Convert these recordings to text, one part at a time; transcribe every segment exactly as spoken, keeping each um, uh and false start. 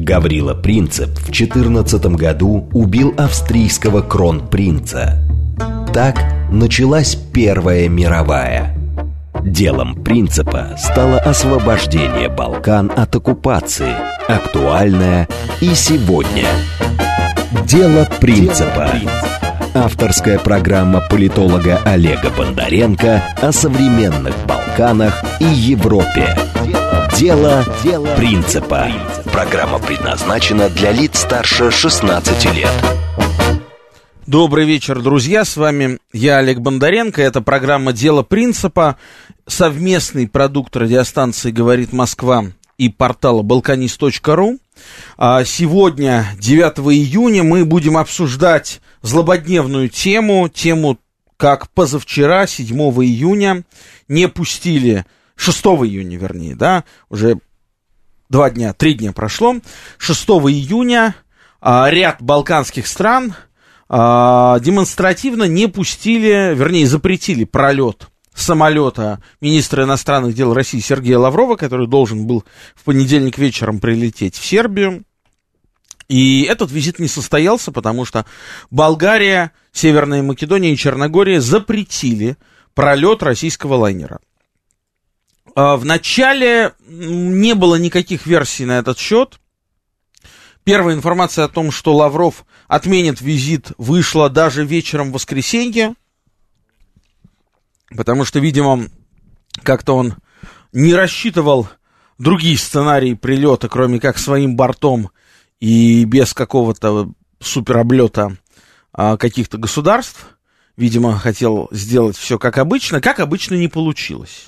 Гаврила Принцип в четырнадцатом году убил австрийского кронпринца. Так началась Первая мировая. Делом Принципа стало освобождение Балкан от оккупации, актуальное и сегодня. Дело Принципа. Авторская программа политолога Олега Бондаренко о современных Балканах и Европе. Дело Принципа. Программа предназначена для лиц старше шестнадцати лет. Добрый вечер, друзья, с вами я, Олег Бондаренко, это программа «Дело Принципа», совместный продукт радиостанции «Говорит Москва» и портала балканист точка ру. Сегодня, девятого июня, мы будем обсуждать злободневную тему, тему, как позавчера, седьмого июня, не пустили, шестого июня, вернее, да, уже два дня, три дня прошло, шестого июня ряд балканских стран демонстративно не пустили, вернее, запретили пролет самолета министра иностранных дел России Сергея Лаврова, который должен был в понедельник вечером прилететь в Сербию. И этот визит не состоялся, потому что Болгария, Северная Македония и Черногория запретили пролет российского лайнера. Вначале не было никаких версий на этот счет. Первая информация о том, что Лавров отменит визит, вышла даже вечером в воскресенье, потому что, видимо, как-то он не рассчитывал другие сценарии прилета, кроме как своим бортом и без какого-то супероблета а, каких-то государств. Видимо, хотел сделать все как обычно. Как обычно не получилось.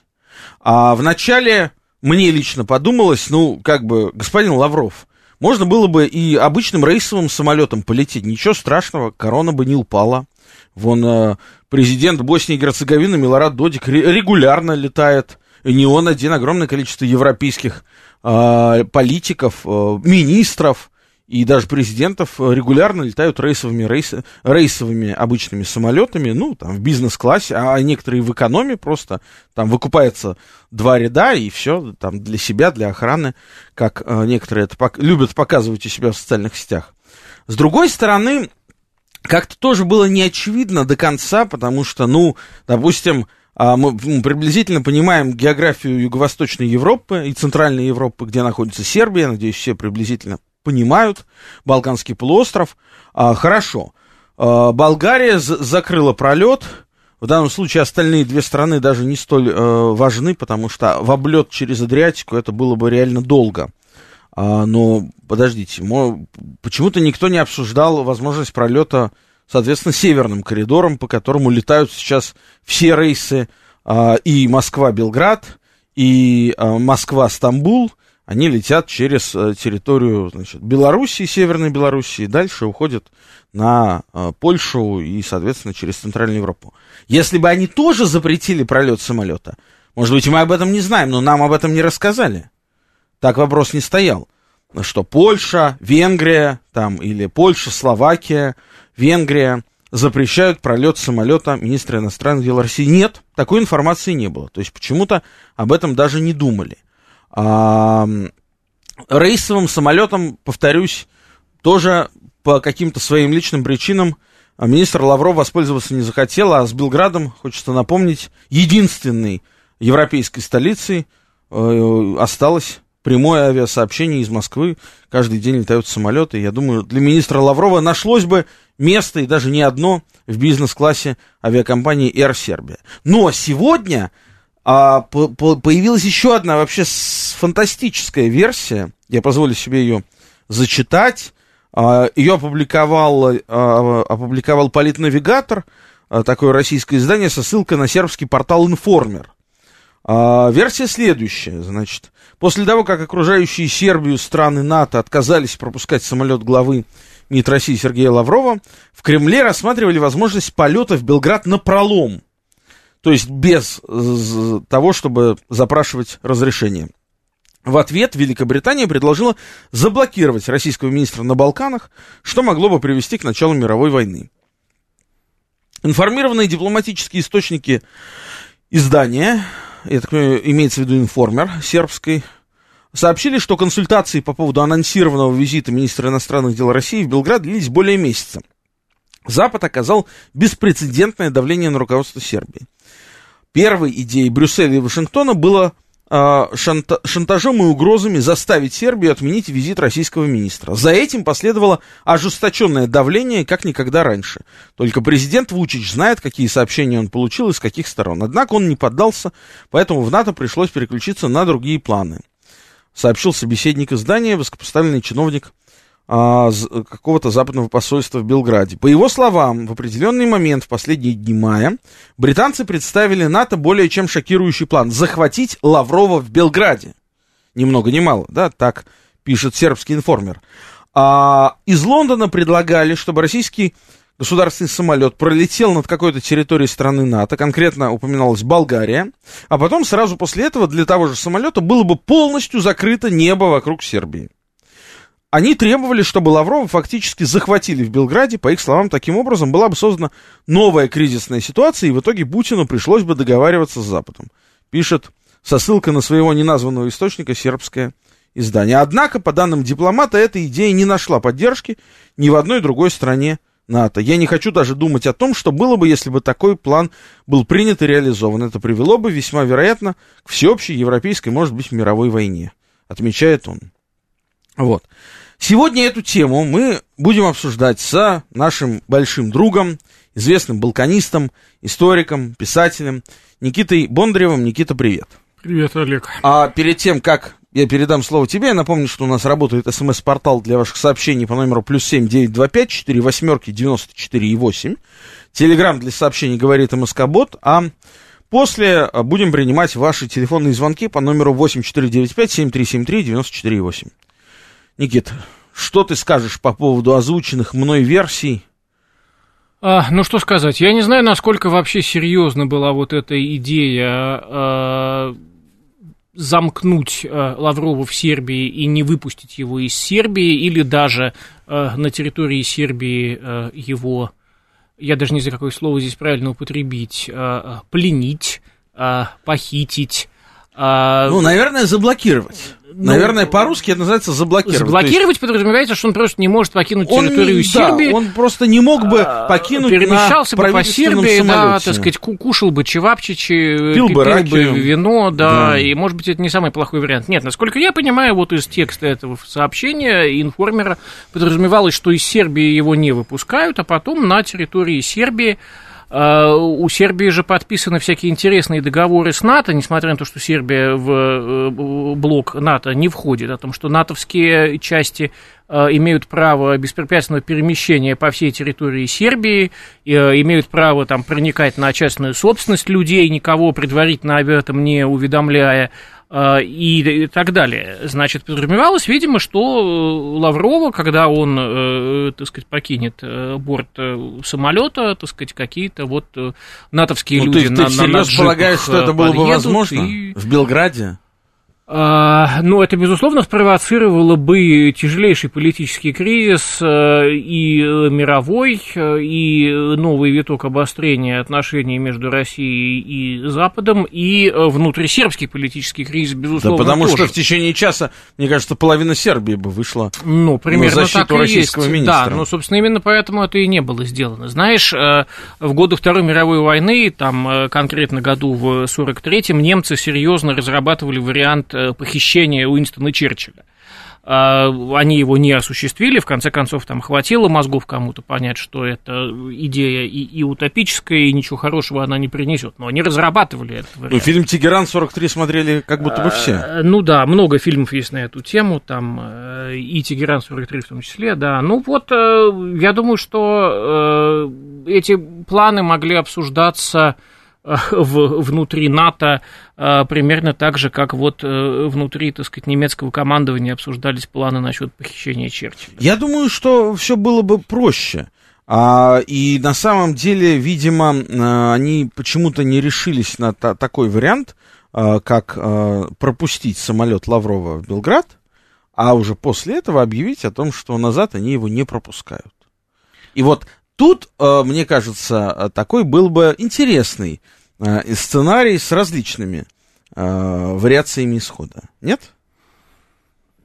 А вначале мне лично подумалось, ну, как бы, господин Лавров, можно было бы и обычным рейсовым самолетом полететь. Ничего страшного, корона бы не упала. Вон э, президент Боснии и Герцеговины Милорад Додик регулярно летает. И не он один, огромное количество европейских э, политиков, э, министров и даже президентов регулярно летают рейсовыми, рейс, рейсовыми обычными самолетами, ну, там, в бизнес-классе, а некоторые в экономе просто, там, выкупается два ряда, и все, там, для себя, для охраны, как э, некоторые это пок- любят показывать у себя в социальных сетях. С другой стороны, как-то тоже было не очевидно до конца, потому что, ну, допустим, э, мы приблизительно понимаем географию Юго-Восточной Европы и Центральной Европы, где находится Сербия, надеюсь, все приблизительно понимают, Балканский полуостров. А, хорошо. А, Болгария з- закрыла пролет. В данном случае остальные две страны даже не столь э, важны, потому что в облет через Адриатику это было бы реально долго. А, но, подождите, мо- почему-то никто не обсуждал возможность пролета, соответственно, северным коридором, по которому летают сейчас все рейсы а, и Москва-Белград, и а, Москва-Стамбул. Они летят через э, территорию, значит, Белоруссии, Северной Белоруссии, дальше уходят на э, Польшу и, соответственно, через Центральную Европу. Если бы они тоже запретили пролет самолета, может быть, мы об этом не знаем, но нам об этом не рассказали. Так вопрос не стоял. Что Польша, Венгрия, там, или Польша, Словакия, Венгрия запрещают пролет самолета министра иностранных дел России. Нет, такой информации не было. То есть почему-то об этом даже не думали. А, рейсовым самолетом, повторюсь, тоже по каким-то своим личным причинам министр Лавров воспользоваться не захотел, а с Белградом, хочется напомнить, единственной европейской столицей э, осталось прямое авиасообщение из Москвы. Каждый день летают самолеты. Я думаю, для министра Лаврова нашлось бы место, и даже не одно, в бизнес-классе авиакомпании Air Serbia. Но сегодня а, по- по- появилась еще одна вообще фантастическая версия. Я позволю себе ее зачитать. А, ее опубликовал, а, опубликовал Политнавигатор, а, такое российское издание, со ссылкой на сербский портал Информер. А, версия следующая, значит. После того, как окружающие Сербию страны НАТО отказались пропускать самолет главы МИД России Сергея Лаврова, в Кремле рассматривали возможность полета в Белград напролом. То есть без того, чтобы запрашивать разрешение. В ответ Великобритания предложила заблокировать российского министра на Балканах, что могло бы привести к началу мировой войны. Информированные дипломатические источники издания, я так понимаю, имеется в виду Информер сербской, сообщили, что консультации по поводу анонсированного визита министра иностранных дел России в Белград длились более месяца. Запад оказал беспрецедентное давление на руководство Сербии. Первой идеей Брюсселя и Вашингтона было э, шанта- шантажом и угрозами заставить Сербию отменить визит российского министра. За этим последовало ожесточенное давление, как никогда раньше. Только президент Вучич знает, какие сообщения он получил и с каких сторон. Однако он не поддался, поэтому в НАТО пришлось переключиться на другие планы, сообщил собеседник издания, высокопоставленный чиновник а, какого-то западного посольства в Белграде. По его словам, в определенный момент в последние дни мая британцы представили НАТО более чем шокирующий план — захватить Лаврова в Белграде. Ни много ни мало, да, так пишет сербский информер. А, из Лондона предлагали, чтобы российский государственный самолет пролетел над какой-то территорией страны НАТО, конкретно упоминалась Болгария, а потом сразу после этого для того же самолета было бы полностью закрыто небо вокруг Сербии. Они требовали, чтобы Лаврова фактически захватили в Белграде. По их словам, таким образом была бы создана новая кризисная ситуация, и в итоге Путину пришлось бы договариваться с Западом, пишет со ссылкой на своего неназванного источника сербское издание. Однако, по данным дипломата, эта идея не нашла поддержки ни в одной другой стране НАТО. Я не хочу даже думать о том, что было бы, если бы такой план был принят и реализован. Это привело бы, весьма вероятно, к всеобщей европейской, может быть, мировой войне, отмечает он. Вот. Сегодня эту тему мы будем обсуждать с нашим большим другом, известным балканистом, историком, писателем Никитой Бондаревым. Никита, привет. Привет, Олег. А перед тем, как я передам слово тебе, я напомню, что у нас работает смс-портал для ваших сообщений по номеру плюс семь девятьсот двадцать пять четыре восьмерки девяносто четыре и восемь. Телеграм для сообщений говорит МСК-бот, а после будем принимать ваши телефонные звонки по номеру восемь четыре девять пять семь три семь три девяносто четыре и восемь. Никит, что ты скажешь по поводу озвученных мной версий? А, ну, что сказать, я не знаю, насколько вообще серьезна была вот эта идея а, замкнуть а, Лаврова в Сербии и не выпустить его из Сербии, или даже а, на территории Сербии а, его, я даже не знаю, какое слово здесь правильно употребить, а, пленить, а, похитить. А, ну, наверное, заблокировать. Ну, наверное, по-русски это называется заблокировать. Заблокировать есть... подразумевается, что он просто не может покинуть он, территорию Сербии. Да, он просто не мог бы покинуть перемещался на бы по Сербии, самолете. Да, так сказать, кушал бы чевапчичи, пил, пил бы, бы вино, да, да, и, может быть, это не самый плохой вариант. Нет, насколько я понимаю, вот из текста этого сообщения информера подразумевалось, что из Сербии его не выпускают, а потом на территории Сербии. У Сербии же подписаны всякие интересные договоры с НАТО, несмотря на то, что Сербия в блок НАТО не входит, о том, что натовские части имеют право беспрепятственного перемещения по всей территории Сербии, имеют право там проникать на частную собственность людей, никого предварительно об этом не уведомляя, и так далее. Значит, подразумевалось, видимо, что Лаврова, когда он, так сказать, покинет борт самолета, так сказать, какие-то вот натовские ну, люди ты, на, ты на, на серьезно полагаешь, что это было бы возможно и... в Белграде? А, ну, это, безусловно, спровоцировало бы тяжелейший политический кризис и мировой, и новый виток обострения отношений между Россией и Западом, и внутрисербский политический кризис, безусловно, да, потому тоже. что в течение часа, мне кажется, половина Сербии бы вышла ну, примерно на защиту так и российского есть. министра. Да, но, собственно, именно поэтому это и не было сделано. Знаешь, в годы Второй мировой войны, там, конкретно году в сорок третьем, немцы серьезно разрабатывали вариант похищения Уинстона Черчилля. Они его не осуществили, в конце концов, там хватило мозгов кому-то понять, что это идея и, и утопическая, и ничего хорошего она не принесет. Но они разрабатывали этот вариант. Ну, фильм «Тегеран» сорок три смотрели как будто бы все. А, ну да, много фильмов есть на эту тему, там и «Тегеран» сорок три в том числе, да. Ну вот, я думаю, что эти планы могли обсуждаться В, внутри НАТО а, примерно так же, как вот а, внутри, так сказать, немецкого командования обсуждались планы насчет похищения Черчилля. Я думаю, что все было бы проще. А, и на самом деле, видимо, а, они почему-то не решились на та- такой вариант, а, как а, пропустить самолет Лаврова в Белград, а уже после этого объявить о том, что назад они его не пропускают. И вот тут, мне кажется, такой был бы интересный сценарий с различными вариациями исхода. Нет?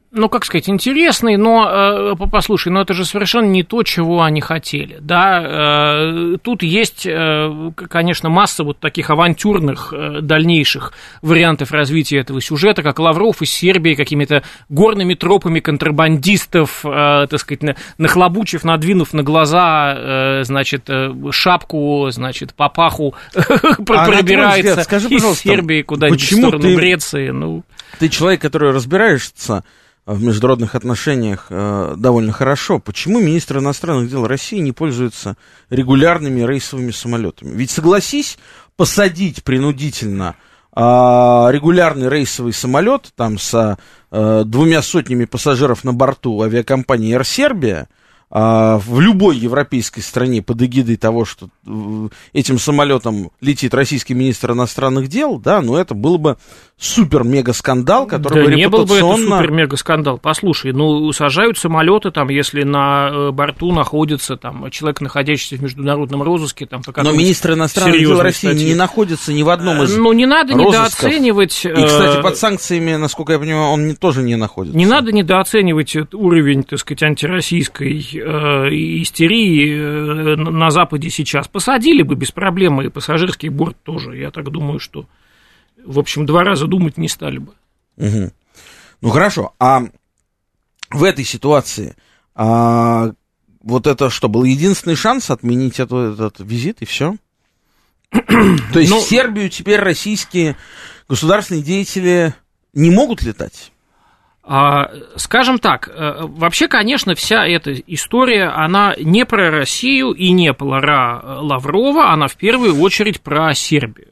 Ну, как сказать, интересный, но, э, послушай, ну это же совершенно не то, чего они хотели, да, э, тут есть, э, конечно, масса вот таких авантюрных э, дальнейших вариантов развития этого сюжета, как Лавров из Сербии какими-то горными тропами контрабандистов, э, так сказать, нахлобучив, надвинув на глаза, э, значит, э, шапку, значит, папаху, пробирается из Сербии куда-нибудь в сторону Греции, ну... Ты человек, который разбираешься в международных отношениях э, довольно хорошо. Почему министр иностранных дел России не пользуется регулярными рейсовыми самолетами? Ведь, согласись, посадить принудительно э, регулярный рейсовый самолет там с э, двумя сотнями пассажиров на борту авиакомпании Air Serbia э, в любой европейской стране под эгидой того, что э, этим самолетом летит российский министр иностранных дел, да, ну это было бы супер-мега-скандал, который да бы не репутационно... был бы это супер-мега-скандал. Послушай, ну, сажают самолеты, там, если на борту находится там, человек, находящийся в международном розыске. Там, по но министр иностранных дел России статье. не находится ни в одном из Ну, не надо розысков. недооценивать... И, кстати, под санкциями, насколько я понимаю, он не, тоже не находится. Не надо недооценивать уровень, так сказать, антироссийской э, истерии э, на Западе сейчас. Посадили бы без проблем, и пассажирский борт тоже. Я так думаю, что... В общем, два раза думать не стали бы. Угу. Ну, хорошо. А в этой ситуации а, вот это что, был единственный шанс отменить это, этот визит, и все? То есть ну, в Сербию теперь российские государственные деятели не могут летать? А, скажем так, вообще, конечно, вся эта история, она не про Россию и не про Лаврова, она в первую очередь про Сербию.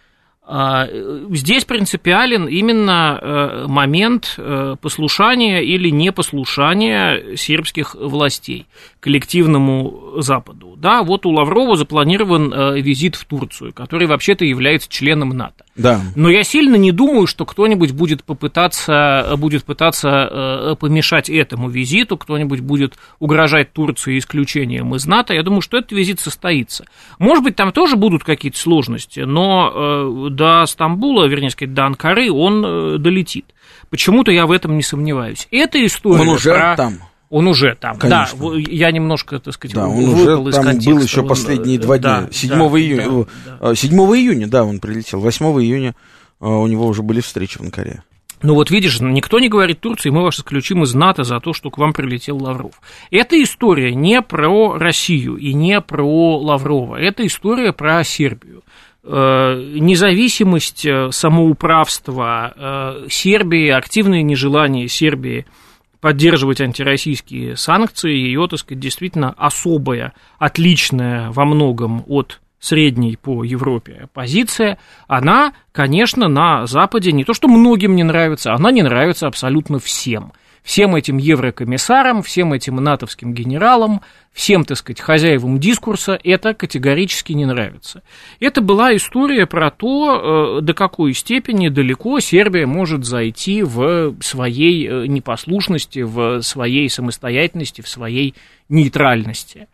Здесь принципиален именно момент послушания или непослушания сербских властей коллективному Западу. Да, вот у Лаврова запланирован визит в Турцию, который вообще-то является членом НАТО. Да. Но я сильно не думаю, что кто-нибудь будет попытаться, будет пытаться помешать этому визиту, кто-нибудь будет угрожать Турции исключением из НАТО. Я думаю, что этот визит состоится. Может быть, там тоже будут какие-то сложности, но до Стамбула, вернее сказать, до Анкары он долетит. Почему-то я в этом не сомневаюсь. Эта история... Он уже про... там. Он уже там, конечно. Да, я немножко, так сказать, да, он уже из там контекста. был еще последние два дня, да, седьмого да, июня, да, седьмого июня, да, он прилетел, восьмого июня у него уже были встречи в Анкаре. Ну вот видишь, никто не говорит Турции, мы вас исключим из НАТО за то, что к вам прилетел Лавров. Эта история не про Россию и не про Лаврова, это история про Сербию. Независимость, самоуправство Сербии, активное нежелание Сербии поддерживать антироссийские санкции, ее, так сказать, действительно особая, отличная во многом от средней по Европе позиция, она, конечно, на Западе не то что многим не нравится, она не нравится абсолютно всем. Всем этим еврокомиссарам, всем этим натовским генералам, всем, так сказать, хозяевам дискурса это категорически не нравится. Это была история про то, до какой степени далеко Сербия может зайти в своей непослушности, в своей самостоятельности, в своей нейтральности.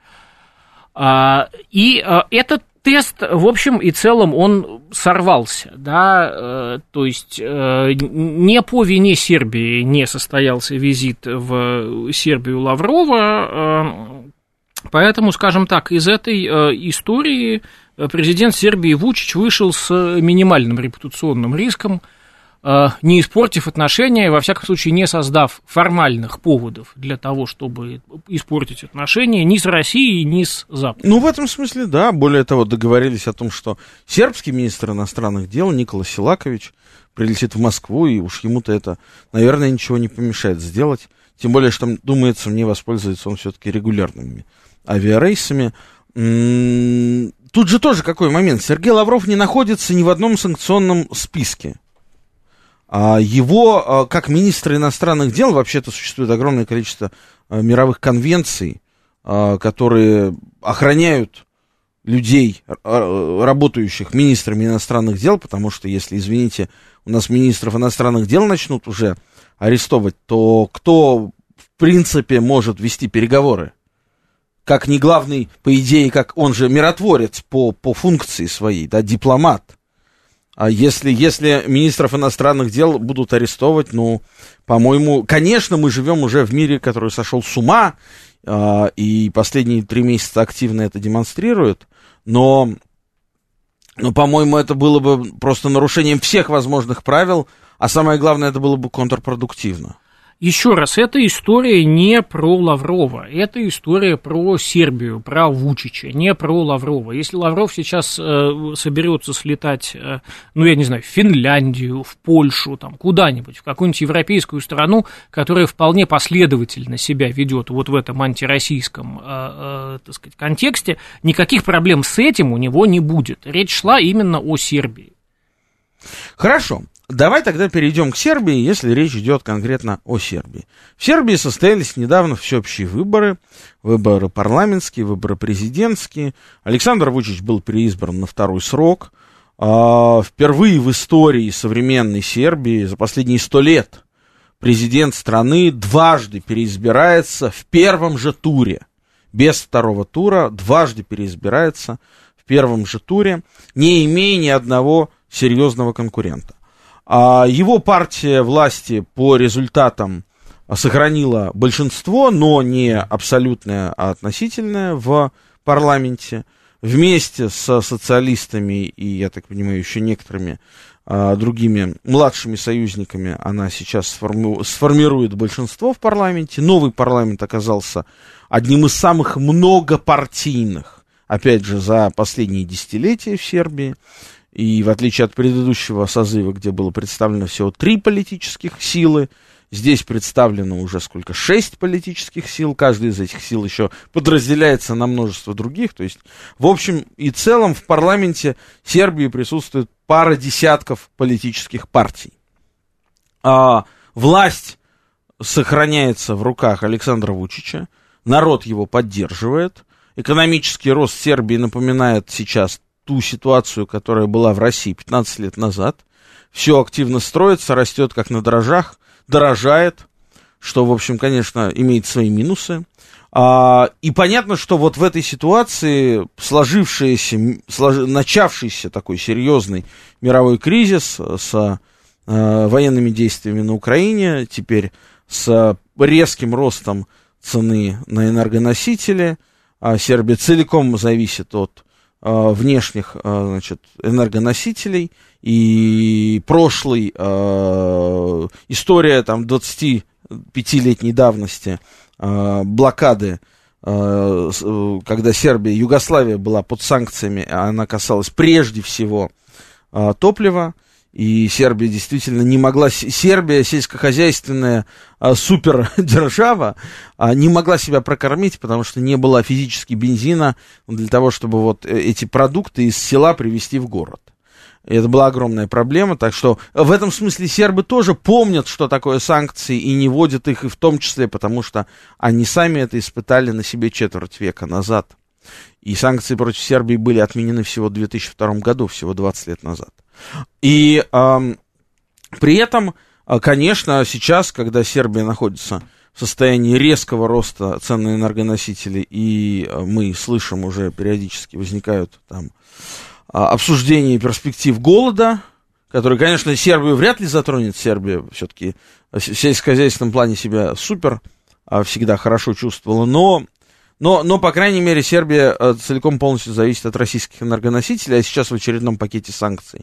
И этот тест, в общем и целом, он сорвался, да, то есть не по вине Сербии не состоялся визит в Сербию Лаврова, поэтому, скажем так, из этой истории президент Сербии Вучич вышел с минимальным репутационным риском, не испортив отношения, во всяком случае не создав формальных поводов для того, чтобы испортить отношения ни с Россией, ни с Западом. Ну, в этом смысле, да. Более того, договорились о том, что сербский министр иностранных дел Никола Селакович прилетит в Москву, и уж ему-то это, наверное, ничего не помешает сделать. Тем более, что, думается, мне воспользуется он все-таки регулярными авиарейсами. Тут же тоже какой момент. Сергей Лавров не находится ни в одном санкционном списке. Его, как министра иностранных дел, вообще-то существует огромное количество мировых конвенций, которые охраняют людей, работающих министрами иностранных дел, потому что, если, извините, у нас министров иностранных дел начнут уже арестовывать, то кто, в принципе, может вести переговоры? Как не главный, по идее, как он же миротворец по, по функции своей, да, дипломат. Если, если министров иностранных дел будут арестовывать, ну, по-моему, конечно, мы живем уже в мире, который сошел с ума, и последние три месяца активно это демонстрирует, но, но, по-моему, это было бы просто нарушением всех возможных правил, а самое главное, это было бы контрпродуктивно. Еще раз, эта история не про Лаврова, это история про Сербию, про Вучича, не про Лаврова. Если Лавров сейчас э, соберется слетать, э, ну, я не знаю, в Финляндию, в Польшу, там, куда-нибудь, в какую-нибудь европейскую страну, которая вполне последовательно себя ведет вот в этом антироссийском, э, э, так сказать, контексте, никаких проблем с этим у него не будет. Речь шла именно о Сербии. Хорошо. Давай тогда перейдем к Сербии, если речь идет конкретно о Сербии. В Сербии состоялись недавно всеобщие выборы, выборы парламентские, выборы президентские. Александр Вучич был переизбран на второй срок. Впервые в истории современной Сербии за последние сто лет президент страны дважды переизбирается в первом же туре. Без второго тура дважды переизбирается в первом же туре, не имея ни одного серьезного конкурента. Его партия власти по результатам сохранила большинство, но не абсолютное, а относительное в парламенте. Вместе с социалистами и, я так понимаю, еще некоторыми а, другими младшими союзниками она сейчас сформи- сформирует большинство в парламенте. Новый парламент оказался одним из самых многопартийных, опять же, за последние десятилетия в Сербии. И в отличие от предыдущего созыва, где было представлено всего три политических силы, здесь представлено уже сколько? Шесть политических сил. Каждая из этих сил еще подразделяется на множество других. То есть, в общем и целом, в парламенте Сербии присутствует пара десятков политических партий. А, власть сохраняется в руках Александра Вучича. Народ его поддерживает. Экономический рост Сербии напоминает сейчас ту ситуацию, которая была в России пятнадцать лет назад. Все активно строится, растет как на дрожжах, дорожает, что, в общем, конечно, имеет свои минусы. А, и понятно, что вот в этой ситуации сложившийся, слож... начавшийся такой серьезный мировой кризис с а, военными действиями на Украине, теперь с резким ростом цены на энергоносители, а Сербия целиком зависит от внешних, значит, энергоносителей, и прошлой э, история там двадцатипятилетней давности э, блокады, э, когда Сербия, Югославия была под санкциями, она касалась прежде всего э, топлива, и Сербия действительно не могла, Сербия, сельскохозяйственная а, супердержава, а, не могла себя прокормить, потому что не было физически бензина для того, чтобы вот эти продукты из села привезти в город. И это была огромная проблема, так что в этом смысле сербы тоже помнят, что такое санкции, и не вводят их, и в том числе потому, что они сами это испытали на себе четверть века назад. И санкции против Сербии были отменены всего в две тысячи втором году, всего двадцать лет назад. И э, при этом, конечно, сейчас, когда Сербия находится в состоянии резкого роста цен на энергоносители, и мы слышим, уже периодически возникают там обсуждения перспектив голода, который, конечно, Сербию вряд ли затронет. Сербия все-таки в сельскохозяйственном плане себя супер всегда хорошо чувствовала, но... Но, но, по крайней мере, Сербия э, целиком полностью зависит от российских энергоносителей, а сейчас в очередном пакете санкций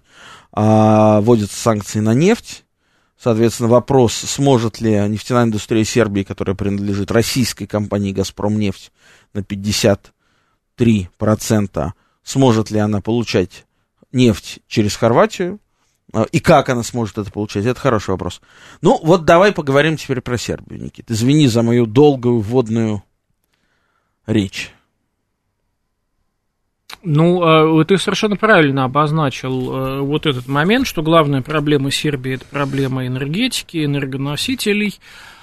э, вводятся санкции на нефть. Соответственно, вопрос, сможет ли нефтяная индустрия Сербии, которая принадлежит российской компании «Газпромнефть» на пятьдесят три процента, сможет ли она получать нефть через Хорватию, э, и как она сможет это получать, это хороший вопрос. Ну, вот давай поговорим теперь про Сербию, Никит. Извини за мою долгую вводную речь. Ну, ты совершенно правильно обозначил вот этот момент, что главная проблема Сербии – это проблема энергетики, энергоносителей.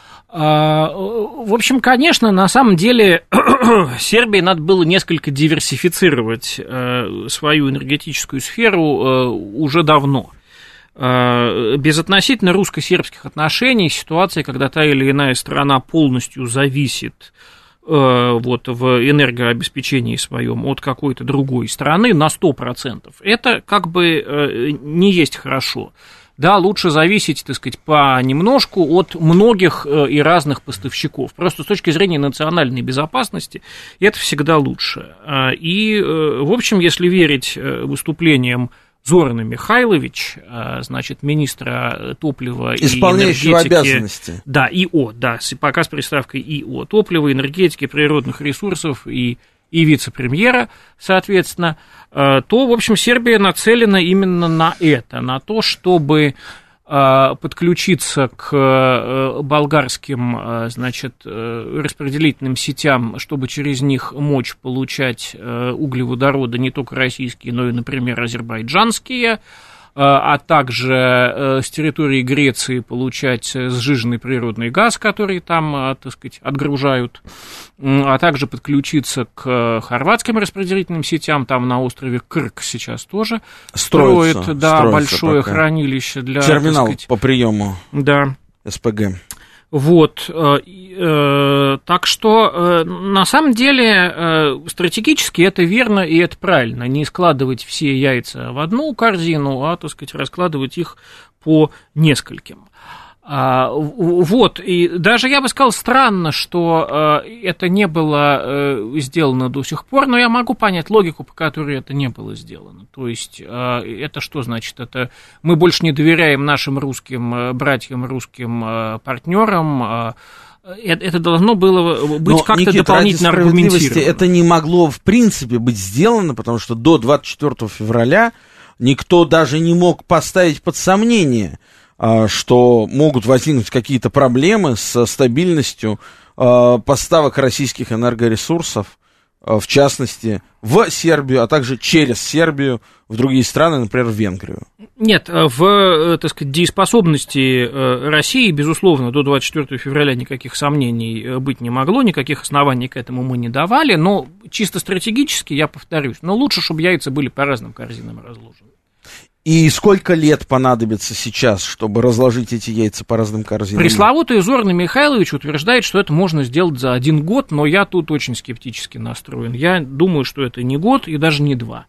В общем, конечно, на самом деле Сербии надо было несколько диверсифицировать свою энергетическую сферу уже давно. Без относительно русско-сербских отношений ситуация, когда та или иная страна полностью зависит вот, в энергообеспечении своем от какой-то другой страны на сто процентов, это как бы не есть хорошо. Да, лучше зависеть, так сказать, понемножку от многих и разных поставщиков. Просто с точки зрения национальной безопасности это всегда лучше. И, в общем, если верить выступлениям Зораны Михайлович, значит, министра топлива и исполняющего энергетики, обязанности. Да, ИО, да, пока с приставкой ИО, топлива, энергетики, природных ресурсов и, и вице-премьера, соответственно, то, в общем, Сербия нацелена именно на это, на то, чтобы подключиться к болгарским, значит, распределительным сетям, чтобы через них мочь получать углеводороды не только российские, но и, например, азербайджанские, а также с территории Греции получать сжиженный природный газ, который там, так сказать, отгружают, а также подключиться к хорватским распределительным сетям, там на острове Крк сейчас тоже строят, да, большое пока хранилище для... Терминал, так сказать, по приему, да, СПГ. Вот, э, так что э, на самом деле э, стратегически это верно и это правильно, не складывать все яйца в одну корзину, а, так сказать, раскладывать их по нескольким. А, вот, и даже я бы сказал, странно, что э, это не было э, сделано до сих пор, но я могу понять логику, по которой это не было сделано. То есть, э, это что значит? Это мы больше не доверяем нашим русским э, братьям, русским э, партнерам. Э, это должно было быть но, как-то Никита, дополнительно аргументировано. Это не могло в принципе быть сделано, потому что до двадцать четвёртого февраля никто даже не мог поставить под сомнение, что могут возникнуть какие-то проблемы со стабильностью поставок российских энергоресурсов, в частности, в Сербию, а также через Сербию в другие страны, например, в Венгрию. Нет, в, так сказать, дееспособности России, безусловно, до двадцать четвёртого февраля никаких сомнений быть не могло, никаких оснований к этому мы не давали, но чисто стратегически, я повторюсь, но лучше, чтобы яйца были по разным корзинам разложены. И сколько лет понадобится сейчас, чтобы разложить эти яйца по разным корзинам? Пресловутый Зорана Михайлович утверждает, что это можно сделать за один год, но я тут очень скептически настроен. Я думаю, что это не год и даже не два.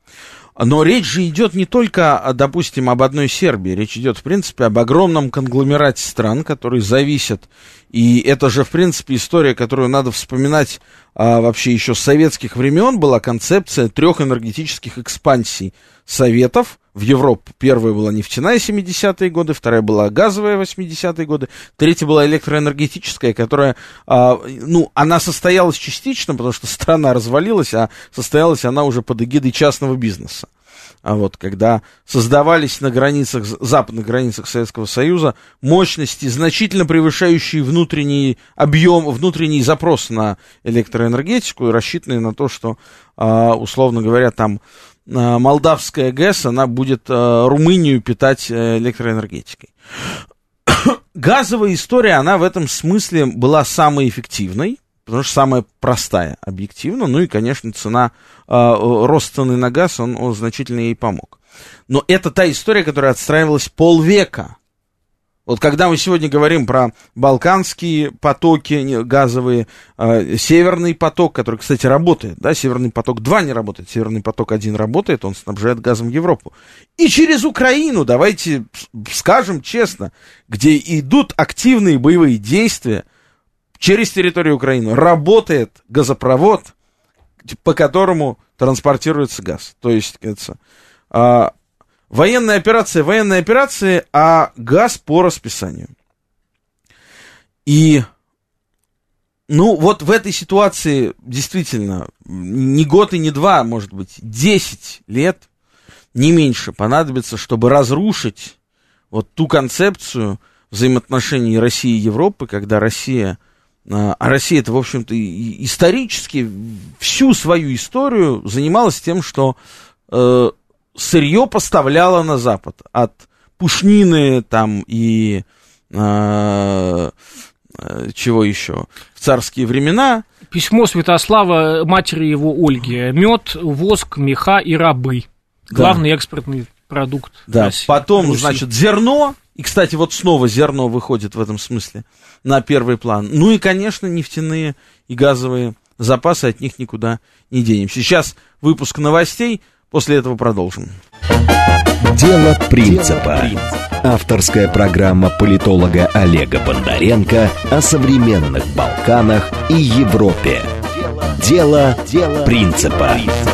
Но речь же идет не только, допустим, об одной Сербии, речь идет, в принципе, об огромном конгломерате стран, которые зависят, и это же, в принципе, история, которую надо вспоминать а, вообще еще с советских времен, была концепция трех энергетических экспансий Советов в Европу. Первая была нефтяная, семидесятые годы, вторая была газовая, восьмидесятые годы, третья была электроэнергетическая, которая, а, ну, она состоялась частично, потому что страна развалилась, а состоялась она уже под эгидой частного бизнеса. А вот когда создавались на границах, западных границах Советского Союза мощности, значительно превышающие внутренний объем, внутренний запрос на электроэнергетику, и рассчитанные на то, что, условно говоря, там молдавская ГЭС, она будет Румынию питать электроэнергетикой. Газовая история, она в этом смысле была самой эффективной, потому что самая простая, объективно, ну и, конечно, цена, э, рост цены на газ, он, он значительно ей помог. Но это та история, которая отстраивалась полвека. Вот когда мы сегодня говорим про балканские потоки газовые, э, Северный поток, который, кстати, работает, да, Северный поток-два не работает, Северный поток-один работает, он снабжает газом Европу. И через Украину, давайте скажем честно, где идут активные боевые действия, через территорию Украины работает газопровод, по которому транспортируется газ. То есть, это, а, военная операция, военная операция, а газ по расписанию. И, ну, вот в этой ситуации действительно не год и не два, может быть, десять лет, не меньше, понадобится, чтобы разрушить вот ту концепцию взаимоотношений России и Европы, когда Россия... А Россия, это, в общем-то, исторически всю свою историю занималась тем, что э, сырье поставляла на Запад. От пушнины там и э, э, чего еще в царские времена. Письмо Святослава матери его Ольги. Мед, воск, меха и рабы. Главный да. экспортный продукт да. России. Потом, Руси. Значит, зерно. И, кстати, вот снова зерно выходит в этом смысле на первый план. Ну и, конечно, нефтяные и газовые запасы, от них никуда не денемся. Сейчас выпуск новостей, после этого продолжим. Дело принципа. Авторская программа политолога Олега Бондаренко о современных Балканах и Европе. Дело принципа.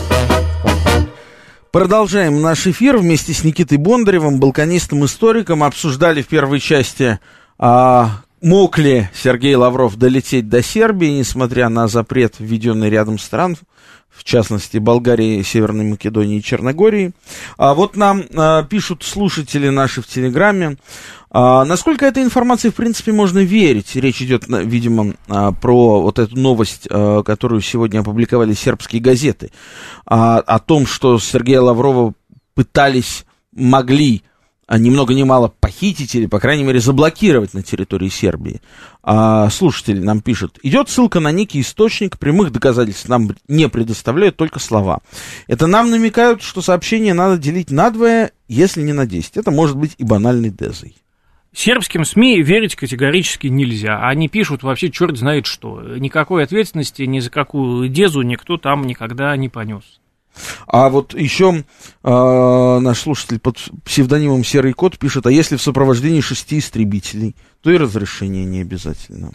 Продолжаем наш эфир вместе с Никитой Бондаревым, балканистом-историком. Обсуждали в первой части, а, мог ли Сергей Лавров долететь до Сербии, несмотря на запрет, введенный рядом стран, в частности, Болгарии, Северной Македонии и Черногории. А вот нам а, пишут слушатели наши в Телеграме, а, насколько этой информации, в принципе, можно верить. Речь идет, видимо, а, про вот эту новость, а, которую сегодня опубликовали сербские газеты, а, о том, что Сергея Лаврова пытались, могли а, ни много ни мало похитить или, по крайней мере, заблокировать на территории Сербии. А, слушатели нам пишут: идет ссылка на некий источник, прямых доказательств нам не предоставляют, только слова. Это нам намекают, что сообщение надо делить надвое, если не на десять. Это может быть и банальной дезой. Сербским СМИ верить категорически нельзя. Они пишут вообще черт знает что. Никакой ответственности ни за какую дезу никто там никогда не понес. А вот еще э, наш слушатель под псевдонимом Серый Кот пишет: а если в сопровождении шести истребителей, то и разрешение не обязательно.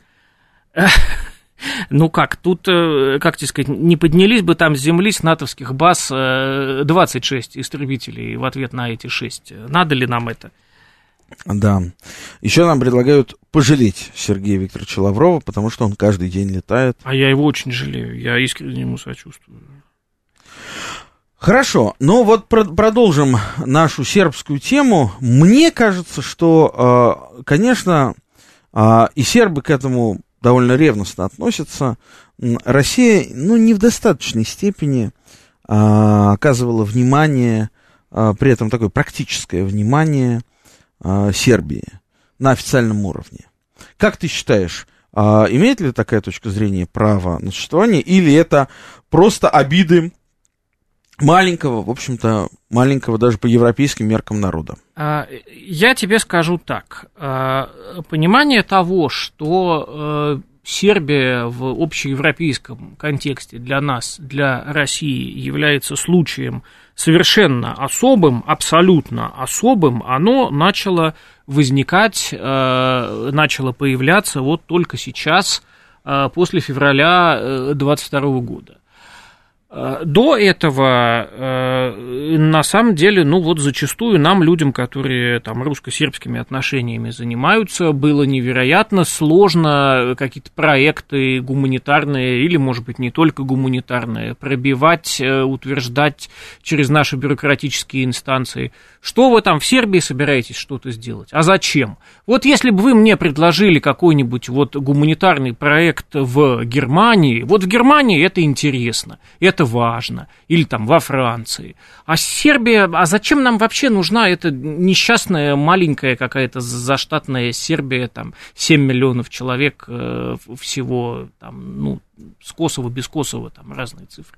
Ну как, тут, как тебе сказать, не поднялись бы там с земли с натовских баз двадцать шесть истребителей в ответ на эти шесть. Надо ли нам это? Да. Еще нам предлагают пожалеть Сергея Викторовича Лаврова, потому что он каждый день летает. А я его очень жалею, я искренне ему сочувствую. Хорошо, но вот про- продолжим нашу сербскую тему. Мне кажется, что, э, конечно, э, и сербы к этому довольно ревностно относятся. Россия, ну, не в достаточной степени э, оказывала внимание, э, при этом такое практическое внимание э, Сербии на официальном уровне. Как ты считаешь, э, имеет ли такая точка зрения право на существование, или это просто обиды маленького, в общем-то, маленького даже по европейским меркам народа? Я тебе скажу так. Понимание того, что Сербия в общеевропейском контексте для нас, для России, является случаем совершенно особым, абсолютно особым, оно начало возникать, начало появляться вот только сейчас, после февраля двадцать второго года. До этого, на самом деле, ну вот зачастую нам, людям, которые там русско-сербскими отношениями занимаются, было невероятно сложно какие-то проекты гуманитарные, или, может быть, не только гуманитарные, пробивать, утверждать через наши бюрократические инстанции. Что вы там в Сербии собираетесь что-то сделать? А зачем? Вот если бы вы мне предложили какой-нибудь вот гуманитарный проект в Германии, вот в Германии это интересно, это важно, или там во Франции. А Сербия, а зачем нам вообще нужна эта несчастная маленькая какая-то заштатная Сербия, там семь миллионов человек э, всего, там, ну, с Косово, без Косово, там разные цифры.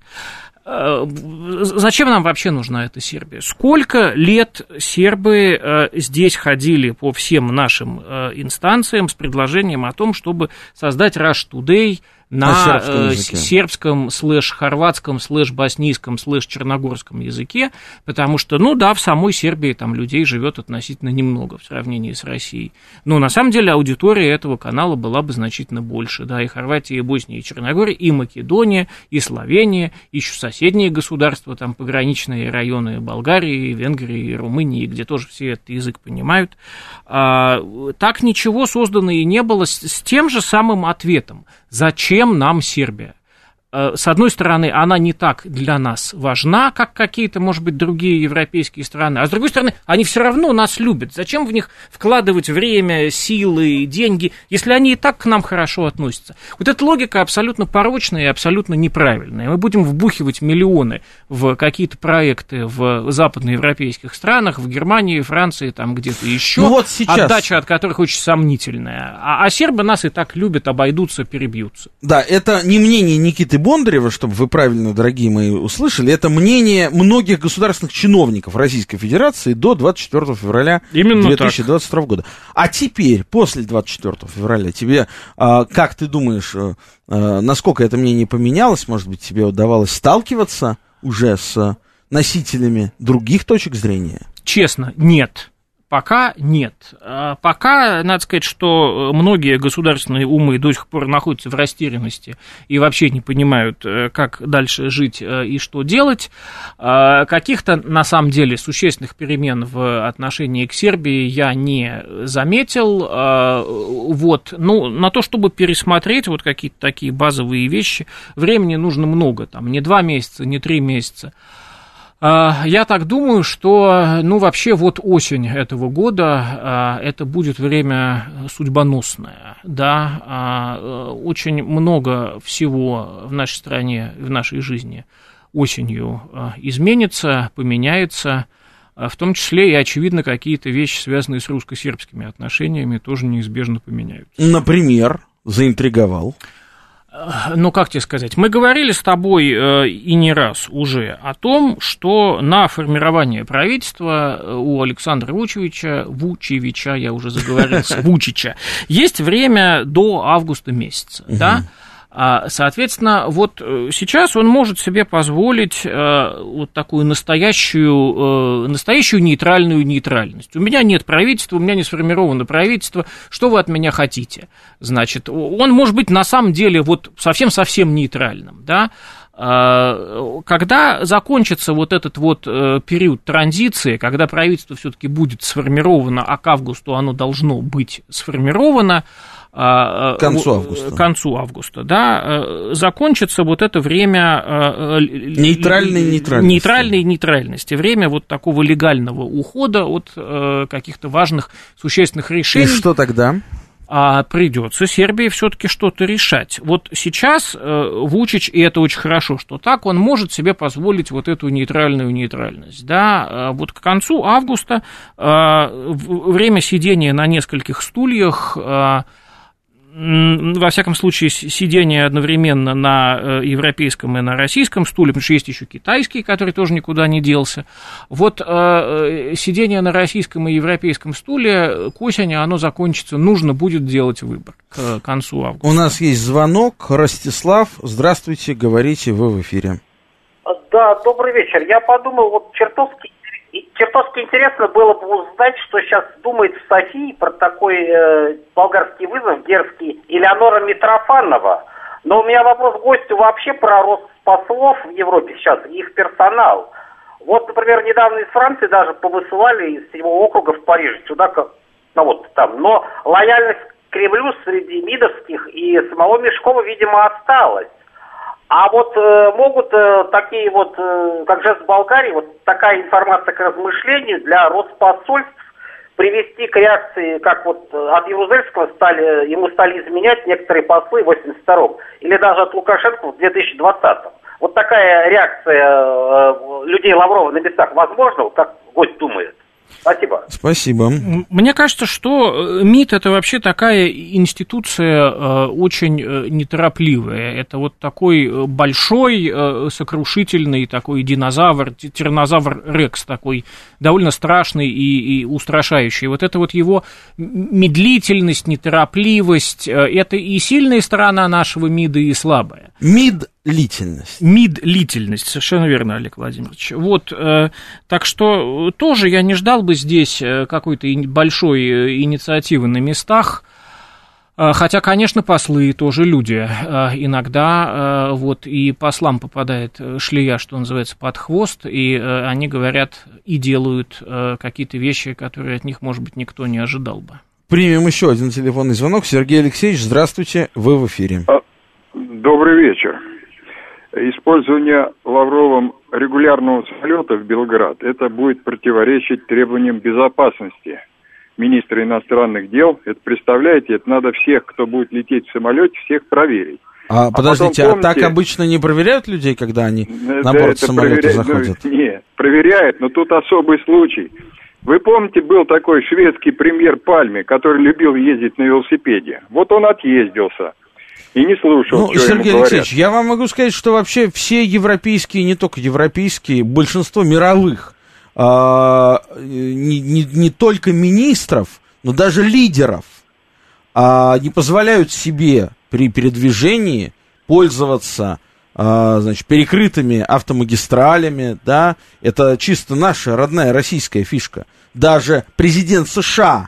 Зачем нам вообще нужна эта Сербия? Сколько лет сербы здесь ходили по всем нашим инстанциям с предложением о том, чтобы создать Rush Today на сербском, слэш-хорватском, слэш-боснийском, слэш-черногорском языке, потому что, ну да, в самой Сербии там людей живет относительно немного в сравнении с Россией. Но на самом деле аудитория этого канала была бы значительно больше. Да, и Хорватия, и Босния, и Черногория, и Македония, и Словения, и еще соседние государства, там пограничные районы Болгарии, Венгрии, и Румынии, где тоже все этот язык понимают. А, так ничего создано и не было с, с тем же самым ответом. Зачем нам Сербия? С одной стороны, она не так для нас важна, как какие-то, может быть, другие европейские страны, а с другой стороны, они все равно нас любят. Зачем в них вкладывать время, силы, деньги, если они и так к нам хорошо относятся? Вот эта логика абсолютно порочная и абсолютно неправильная. Мы будем вбухивать миллионы в какие-то проекты в западноевропейских странах, в Германии, Франции, там где-то еще, ну вот сейчас... отдача от которых очень сомнительная. А, а сербы нас и так любят, обойдутся, перебьются. Да, это не мнение Никиты Бондарева, чтобы вы правильно, дорогие мои, услышали, это мнение многих государственных чиновников Российской Федерации до двадцать четвёртого февраля Именно две тысячи двадцать второго года. А теперь, после двадцать четвёртого февраля, тебе, а, как ты думаешь, а, насколько это мнение поменялось? Может быть, тебе удавалось сталкиваться уже с носителями других точек зрения? Честно, нет. Пока нет. Пока, надо сказать, что многие государственные умы до сих пор находятся в растерянности и вообще не понимают, как дальше жить и что делать. Каких-то, на самом деле, существенных перемен в отношении к Сербии я не заметил. Вот. Ну, на то, чтобы пересмотреть вот какие-то такие базовые вещи, времени нужно много. Там, не два месяца, не три месяца. Я так думаю, что, ну, вообще вот осень этого года, это будет время судьбоносное, да, очень много всего в нашей стране, в нашей жизни осенью изменится, поменяется, в том числе и, очевидно, какие-то вещи, связанные с русско-сербскими отношениями, тоже неизбежно поменяются. Например, заинтриговал. Ну, как тебе сказать, мы говорили с тобой э, и не раз уже о том, что на формирование правительства у Александра Вучевича, Вучевича, я уже заговорился, Вучича, есть время до августа месяца, да? Соответственно, вот сейчас он может себе позволить вот такую настоящую, настоящую нейтральную нейтральность. У меня нет правительства, у меня не сформировано правительство, что вы от меня хотите? Значит, он может быть на самом деле вот совсем-совсем нейтральным, да? Когда закончится вот этот вот период транзиции, когда правительство все-таки будет сформировано, а к августу оно должно быть сформировано, к концу августа. К концу августа, да, закончится вот это время нейтральной нейтральности. Нейтральной нейтральности, время вот такого легального ухода от каких-то важных, существенных решений. И что тогда? А придется Сербии все-таки что-то решать. Вот сейчас Вучич, и это очень хорошо, что так, он может себе позволить вот эту нейтральную нейтральность. Да? Вот к концу августа время сидения на нескольких стульях, во всяком случае, сидение одновременно на европейском и на российском стуле, потому что есть еще китайский, который тоже никуда не делся. Вот э, сидение на российском и европейском стуле к осени оно закончится, нужно будет делать выбор к концу августа. У нас есть звонок. Ростислав, здравствуйте, говорите, вы в эфире. Да, добрый вечер. Я подумал, вот чертовски Чертовски интересно было бы узнать, что сейчас думает в Софии про такой э, болгарский вызов дерзкий Элеонора Митрофанова. Но у меня вопрос к гостю вообще про рост послов в Европе сейчас, их персонал. Вот, например, недавно из Франции даже повысылали из седьмого округа в Париж сюда, ну вот там. Но лояльность к Кремлю среди мидовских и самого Мешкова, видимо, осталась. А вот э, могут э, такие вот, э, как жест Болгарии, вот такая информация к размышлению для Роспосольств привести к реакции, как вот от Ярузельского стали, ему стали изменять некоторые послы в восемьдесят втором, или даже от Лукашенко в две тысячи двадцатом. Вот такая реакция э, людей Лаврова на местах возможна, вот как гость думает? Спасибо. Спасибо. Мне кажется, что МИД – это вообще такая институция очень неторопливая. Это вот такой большой, сокрушительный такой динозавр, тираннозавр Рекс такой, довольно страшный и, и устрашающий. Вот это вот его медлительность, неторопливость – это и сильная сторона нашего МИДа, и слабая. Медлительность. Медлительность, совершенно верно, Олег Владимирович. Вот, э, так что тоже я не ждал бы здесь какой-то большой инициативы на местах, э, хотя, конечно, послы тоже люди. Э, иногда э, вот и послам попадает шлея, что называется, под хвост, и э, они говорят и делают э, какие-то вещи, которые от них, может быть, никто не ожидал бы. Примем еще один телефонный звонок. Сергей Алексеевич, здравствуйте, вы в эфире. Добрый вечер. Использование Лавровым регулярного самолета в Белград, это будет противоречить требованиям безопасности министра иностранных дел. Это, представляете, это надо всех, кто будет лететь в самолете, всех проверить. А, а подождите, потом, помните, а так обычно не проверяют людей, когда они на борт самолета проверя... заходят? Ну, нет, проверяют, но тут особый случай. Вы помните, был такой шведский премьер Пальме, который любил ездить на велосипеде? Вот он отъездился. и не слушал, ну, что Сергей ему говорят. Алексеевич, я вам могу сказать, что вообще все европейские, не только европейские, большинство мировых, а, не, не, не только министров, но даже лидеров а, не позволяют себе при передвижении пользоваться, а, значит, перекрытыми автомагистралями, да, это чисто наша родная российская фишка. Даже президент США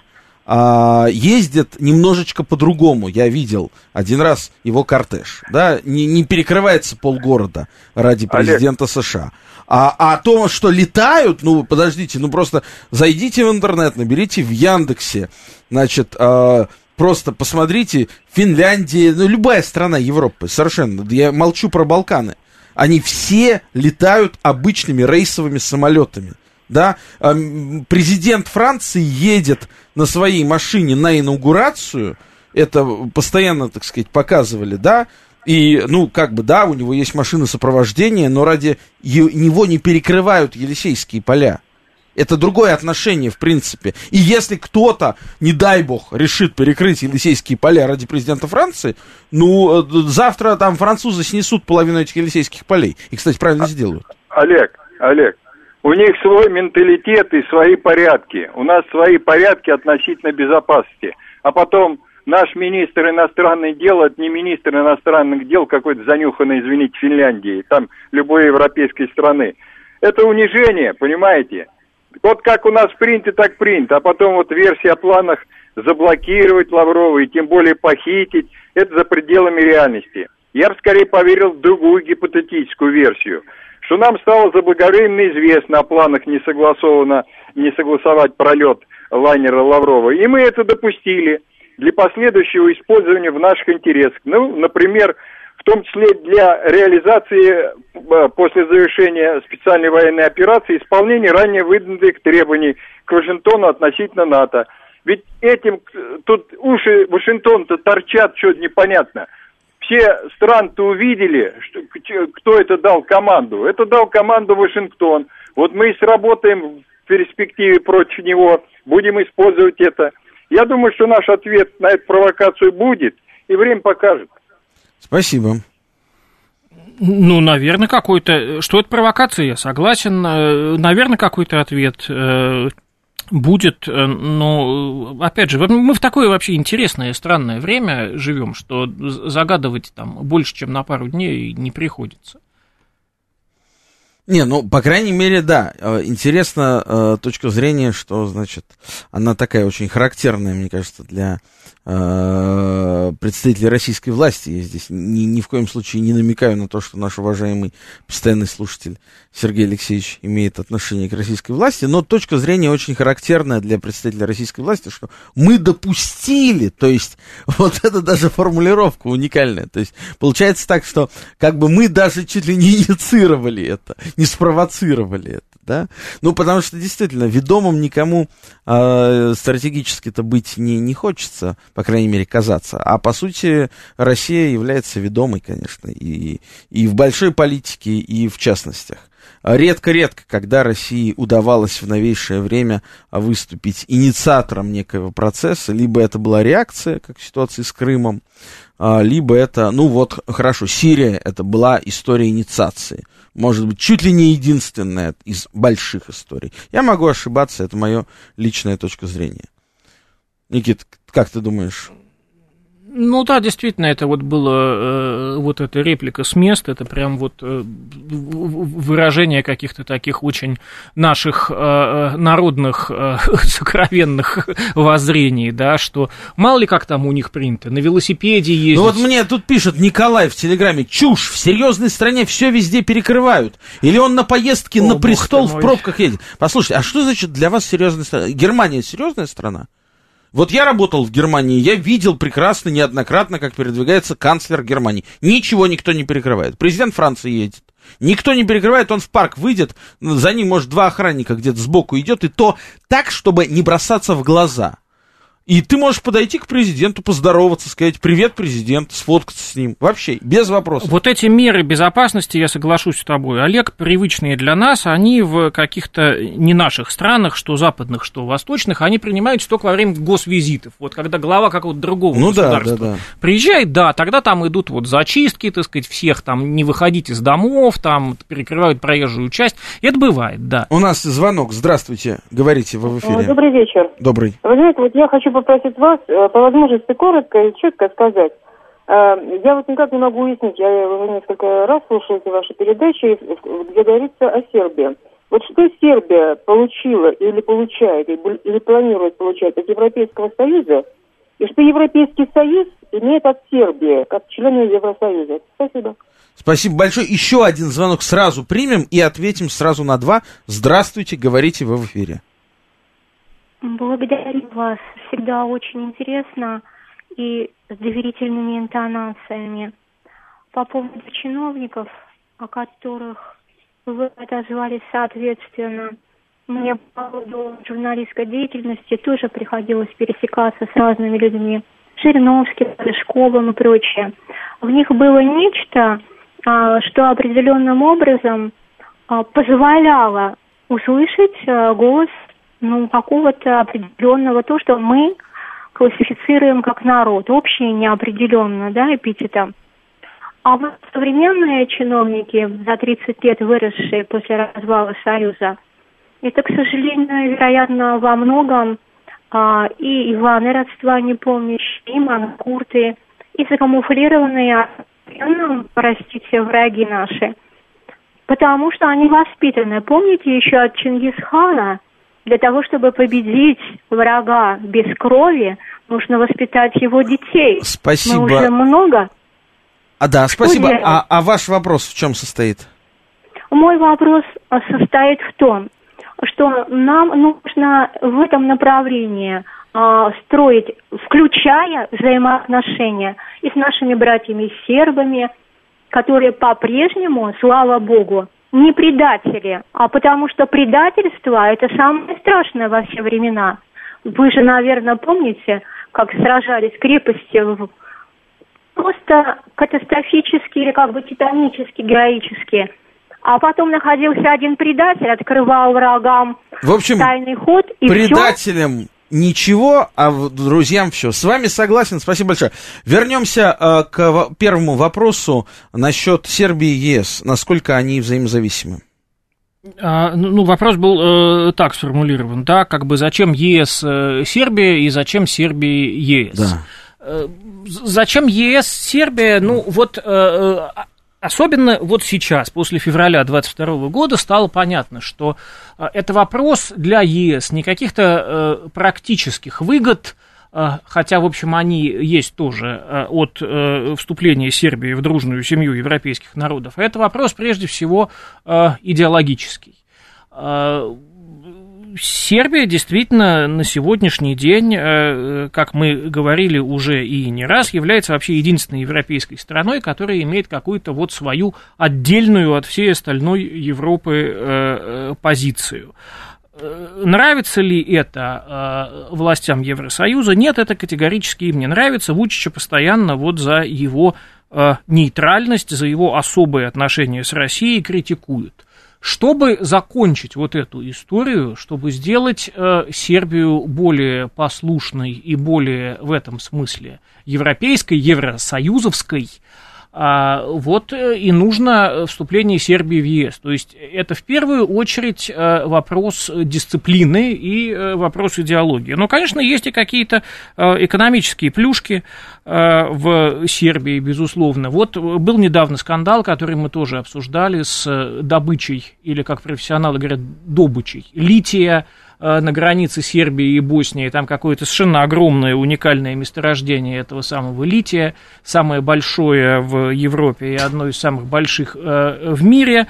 а, ездит немножечко по-другому. Я видел один раз его кортеж, да, не, не перекрывается полгорода ради президента Олег. США. А, а то, что летают, ну, подождите, ну, просто зайдите в интернет, наберите в Яндексе, значит, а, просто посмотрите, Финляндия, ну, любая страна Европы, совершенно, я молчу про Балканы, они все летают обычными рейсовыми самолетами, да, президент Франции едет на своей машине на инаугурацию, это постоянно, так сказать, показывали, да, и, ну, как бы, да, у него есть машина сопровождения, но ради него не перекрывают Елисейские поля. Это другое отношение, в принципе. И если кто-то, не дай бог, решит перекрыть Елисейские поля ради президента Франции, ну, завтра там французы снесут половину этих Елисейских полей. И, кстати, правильно сделают. Олег, Олег, у них свой менталитет и свои порядки. У нас свои порядки относительно безопасности. А потом наш министр иностранных дел, это не министр иностранных дел какой-то занюханный, извините, Финляндии, там любой европейской страны. Это унижение, понимаете? Вот как у нас принято, так принято. А потом вот версия о планах заблокировать Лаврова и тем более похитить, это за пределами реальности. Я бы скорее поверил в другую гипотетическую версию, что нам стало заблаговременно известно о планах не согласованно, не согласовать пролет лайнера Лаврова. И мы это допустили для последующего использования в наших интересах. Ну, например, в том числе для реализации после завершения специальной военной операции исполнения ранее выдвинутых требований к Вашингтону относительно НАТО. Ведь этим тут уши Вашингтона-то торчат, что-то непонятно. Все страны-то увидели, что, кто это дал команду. Это дал команду Вашингтон. Вот мы и сработаем в перспективе против него, будем использовать это. Я думаю, что наш ответ на эту провокацию будет, и время покажет. Спасибо. Ну, наверное, какой-то... Что это провокация, я согласен. Наверное, какой-то ответ будет, но, опять же, мы в такое вообще интересное, странное время живем, что загадывать там больше, чем на пару дней не приходится. Не, ну, по крайней мере, да, интересна э, точка зрения, что, значит, она такая очень характерная, мне кажется, для э, представителей российской власти. Я здесь ни, ни в коем случае не намекаю на то, что наш уважаемый постоянный слушатель Сергей Алексеевич имеет отношение к российской власти, но точка зрения очень характерная для представителей российской власти, что мы допустили, то есть, вот это даже формулировка уникальная, то есть, получается так, что как бы мы даже чуть ли не инициировали это, не спровоцировали это, да, ну, потому что, действительно, ведомым никому э, стратегически-то быть не, не хочется, по крайней мере, казаться, а, по сути, Россия является ведомой, конечно, и, и в большой политике, и в частностях. Редко-редко, когда России удавалось в новейшее время выступить инициатором некого процесса, либо это была реакция, как в ситуации с Крымом, либо это, ну вот, хорошо, Сирия, это была история инициации. Может быть, чуть ли не единственная из больших историй. Я могу ошибаться, это моя личная точка зрения. Никит, как ты думаешь? Ну да, действительно, это вот было, э, вот эта реплика с места, это прям вот э, выражение каких-то таких очень наших э, народных э, сокровенных воззрений, да, что мало ли как там у них принято, на велосипеде ездить. Ну вот мне тут пишет Николай в Телеграме: чушь, в серьезной стране все везде перекрывают. Или он на поездке О, на престол в пробках едет. Послушайте, а что значит для вас серьезная страна? Германия серьезная страна? Вот я работал в Германии, я видел прекрасно, неоднократно, как передвигается канцлер Германии. Ничего никто не перекрывает. Президент Франции едет. Никто не перекрывает, он в парк выйдет, за ним, может, два охранника где-то сбоку идет, и то так, чтобы не бросаться в глаза. И ты можешь подойти к президенту, поздороваться, сказать «Привет, президент», сфоткаться с ним. Вообще, без вопросов. Вот эти меры безопасности, я соглашусь с тобой, Олег, привычные для нас, они в каких-то не наших странах, что западных, что восточных, они принимаются только во время госвизитов. Вот когда глава какого-то другого ну государства да, да, да. приезжает, да, тогда там идут вот зачистки, так сказать, всех там не выходить из домов, там перекрывают проезжую часть. Это бывает, да. У нас звонок. Здравствуйте. Говорите, вы в эфире. Добрый вечер. Добрый. Вы знаете, вот я хочу попросить вас, по возможности, коротко и четко сказать. Я вот никак не могу уяснить, я уже несколько раз слушала эти ваши передачи, где говорится о Сербии. Вот что Сербия получила или получает, или планирует получать от Европейского Союза, и что Европейский Союз имеет от Сербии, как члена Евросоюза. Спасибо. Спасибо большое. Еще один звонок сразу примем и ответим сразу на два. Здравствуйте, говорите, вы в эфире. Благодарю вас. Всегда очень интересно и с доверительными интонациями. По поводу чиновников, о которых вы отозвались соответственно, мне по поводу журналистской деятельности тоже приходилось пересекаться с разными людьми. Жириновский, Школом и прочее. В них было нечто, что определенным образом позволяло услышать голос ну, какого-то определенного, то, что мы классифицируем как народ, общее неопределенно, да, эпитетом. А вот современные чиновники, за тридцать лет выросшие после развала Союза, это, к сожалению, вероятно, во многом а, и Иваны родства не помнящие, и манкурты, и закамуфлированные, простите, враги наши. Потому что они воспитаны. Помните еще от Чингисхана, для того, чтобы победить врага без крови, нужно воспитать его детей. Спасибо. Мы уже много... А, да, спасибо. А, а ваш вопрос в чем состоит? Мой вопрос состоит в том, что нам нужно в этом направлении а, строить, включая взаимоотношения и с нашими братьями-сербами, которые по-прежнему, слава богу, не предатели, а потому что предательство – это самое страшное во все времена. Вы же, наверное, помните, как сражались крепости в... просто катастрофически или как бы титанически, героически. А потом находился один предатель, открывал врагам в общем, тайный ход. И предателям все... ничего, а друзьям все. С вами согласен, спасибо большое. Вернемся э, к в- первому вопросу насчет Сербии и ЕС. Насколько они взаимозависимы? А, ну, вопрос был э, так сформулирован, да, как бы зачем ЕС э, Сербия и зачем Сербии ЕС? Да. Э, зачем ЕС Сербия? Ну, вот... Э, Особенно вот сейчас, после февраля двадцать второго года, стало понятно, что это вопрос для ЕС не каких-то э, практических выгод, э, хотя, в общем, они есть тоже э, от э, вступления Сербии в дружную семью европейских народов. Это вопрос, прежде всего, э, идеологический. Э, Сербия действительно на сегодняшний день, как мы говорили уже и не раз, является вообще единственной европейской страной, которая имеет какую-то вот свою отдельную от всей остальной Европы позицию. Нравится ли это властям Евросоюза? Нет, это категорически им не нравится. Вучича постоянно вот за его нейтральность, за его особые отношения с Россией критикуют. Чтобы закончить вот эту историю, чтобы сделать э, Сербию более послушной и более в этом смысле европейской, евросоюзовской, э, вот и нужно вступление Сербии в ЕС. То есть это в первую очередь э, вопрос дисциплины и э, вопрос идеологии. Но, конечно, есть и какие-то э, экономические плюшки в Сербии, безусловно. Вот был недавно скандал, который мы тоже обсуждали, с добычей, или, как профессионалы говорят, добычей лития на границе Сербии и Боснии. Там какое-то совершенно огромное уникальное месторождение этого самого лития, самое большое в Европе и одно из самых больших в мире.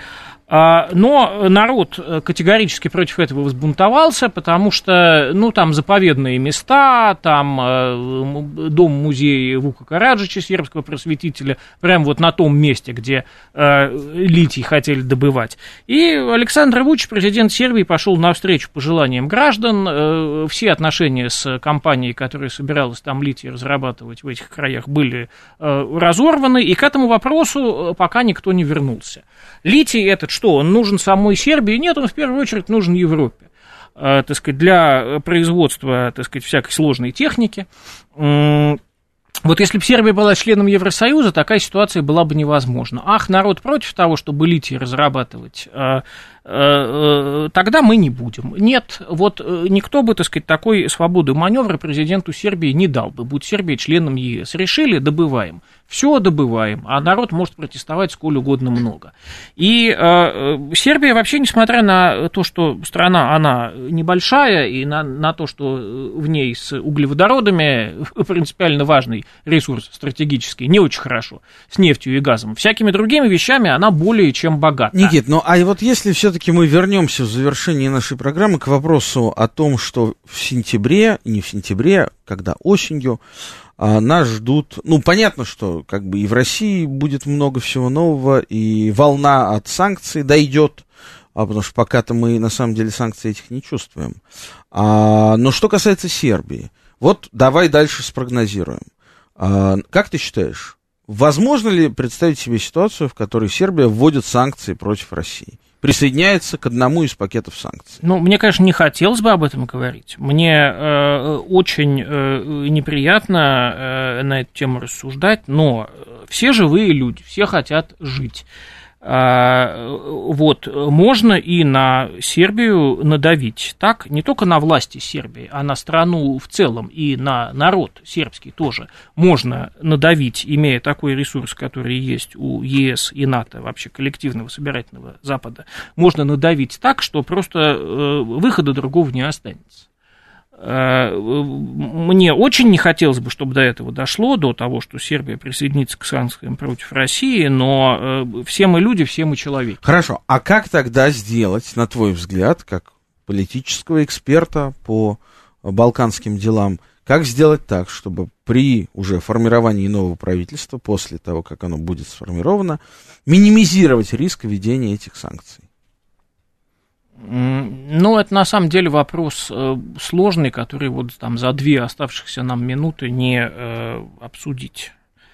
Но народ категорически против этого возбунтовался, потому что, ну, там заповедные места, там дом-музей Вука Караджича, сербского просветителя, прямо вот на том месте, где литий хотели добывать. И Александр Вучич, президент Сербии, пошел навстречу пожеланиям граждан. Все отношения с компанией, которая собиралась там литий разрабатывать в этих краях, были разорваны, и к этому вопросу пока никто не вернулся. Литий этот что, он нужен самой Сербии? Нет, он в первую очередь нужен Европе, э, так сказать, для производства, так сказать, всякой сложной техники. Вот если бы Сербия была членом Евросоюза, такая ситуация была бы невозможна. Ах, народ против того, чтобы литий разрабатывать, э, э, тогда мы не будем. Нет, вот никто бы, так сказать, такой свободы маневра президенту Сербии не дал бы, будь Сербия членом ЕС. Решили, добываем. Все добываем, а народ может протестовать сколь угодно много. И э, Сербия вообще, несмотря на то, что страна, она небольшая, и на, на то, что в ней с углеводородами принципиально важный ресурс стратегический, не очень хорошо, с нефтью и газом, всякими другими вещами она более чем богата. Никит, ну а вот если все-таки мы вернемся в завершении нашей программы к вопросу о том, что в сентябре, не в сентябре, когда осенью, А нас ждут, ну, понятно, что как бы и в России будет много всего нового, и волна от санкций дойдет, а, потому что пока-то мы, на самом деле, санкций этих не чувствуем. А, но что касается Сербии, вот давай дальше спрогнозируем. А, как ты считаешь, возможно ли представить себе ситуацию, в которой Сербия вводит санкции против России? Присоединяется к одному из пакетов санкций. Ну, мне, конечно, не хотелось бы об этом говорить. Мне э, очень э, неприятно э, на эту тему рассуждать, но все живые люди, все хотят жить. Вот, можно и на Сербию надавить, так, не только на власти Сербии, а на страну в целом и на народ сербский тоже можно надавить, имея такой ресурс, который есть у ЕС и НАТО, вообще коллективного собирательного Запада, можно надавить так, что просто выхода другого не останется. Мне очень не хотелось бы, чтобы до этого дошло, до того, что Сербия присоединится к санкциям против России, но все мы люди, все мы человеки. Хорошо, а как тогда сделать, на твой взгляд, как политического эксперта по балканским делам, как сделать так, чтобы при уже формировании нового правительства, после того, как оно будет сформировано, минимизировать риск введения этих санкций? Ну, это на самом деле вопрос сложный, который вот там за две оставшихся нам минуты не э, обсудить.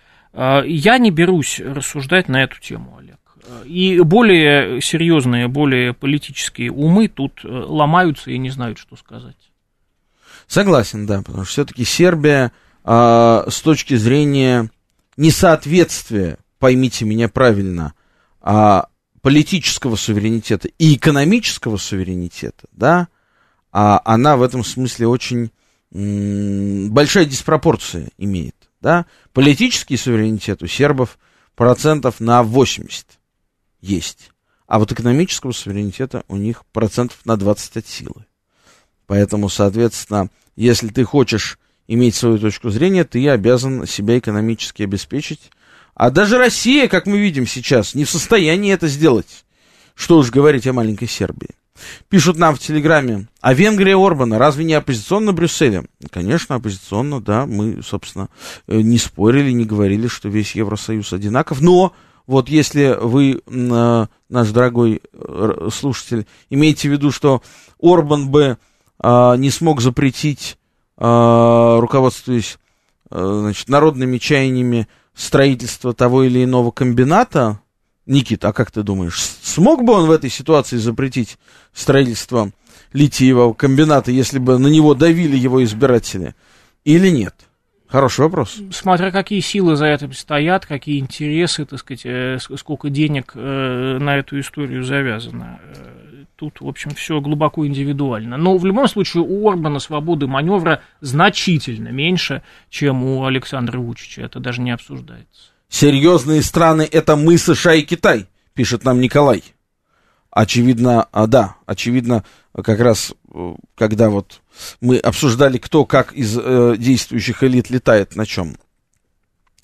Я не берусь рассуждать на эту тему, Олег. И более серьезные, более политические умы тут ломаются и не знают, что сказать. Согласен, да, потому что все-таки Сербия э, с точки зрения несоответствия, поймите меня правильно, а политического суверенитета и экономического суверенитета, да, а она в этом смысле очень м- большая диспропорция имеет, да. Политический суверенитет у сербов процентов на восемьдесят есть, а вот экономического суверенитета у них процентов на двадцать от силы. Поэтому, соответственно, если ты хочешь иметь свою точку зрения, ты обязан себя экономически обеспечить. А даже Россия, как мы видим сейчас, не в состоянии это сделать. Что уж говорить о маленькой Сербии. Пишут нам в Телеграме: а Венгрия Орбана разве не оппозиционна Брюсселю? Конечно, оппозиционно, да. Мы, собственно, не спорили, не говорили, что весь Евросоюз одинаков. Но вот если вы, наш дорогой слушатель, имеете в виду, что Орбан бы не смог запретить, руководствуясь, значит, народными чаяниями, строительство того или иного комбината, Никита, а как ты думаешь, смог бы он в этой ситуации запретить строительство литиевого комбината, если бы на него давили его избиратели, или нет? Хороший вопрос. Смотря какие силы за этим стоят, какие интересы, так сказать, сколько денег на эту историю завязано. Тут, в общем, все глубоко индивидуально. Но в любом случае у Орбана свободы маневра значительно меньше, чем у Александра Вучича. Это даже не обсуждается. Серьезные страны — это мы, США и Китай, пишет нам Николай. Очевидно, а, да, очевидно, как раз, когда вот мы обсуждали, кто как из э, действующих элит летает на чем.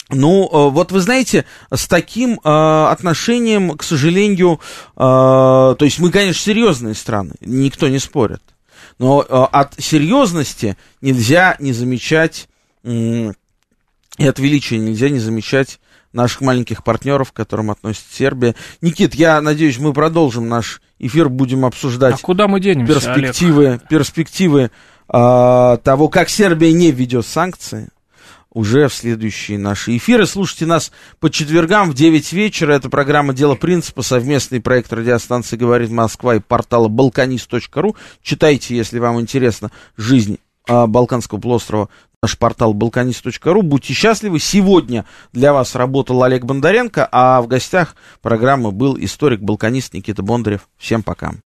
Ну, вот вы знаете, с таким э, отношением, к сожалению, э, то есть мы, конечно, серьезные страны, никто не спорит, но э, от серьезности нельзя не замечать, э, и от величия нельзя не замечать наших маленьких партнеров, к которым относится Сербия. Никит, я надеюсь, мы продолжим наш эфир, будем обсуждать а куда мы денемся, перспективы, Олег? перспективы э, того, как Сербия не введет санкции. Уже в следующие наши эфиры. Слушайте нас по четвергам в девять вечера. Это программа «Дело принципа», совместный проект радиостанции «Говорит Москва» и портала балканист точка ру. Читайте, если вам интересна жизнь а, Балканского полуострова, наш портал балканист точка ру. Будьте счастливы. Сегодня для вас работал Олег Бондаренко, а в гостях программы был историк-балканист Никита Бондарев. Всем пока.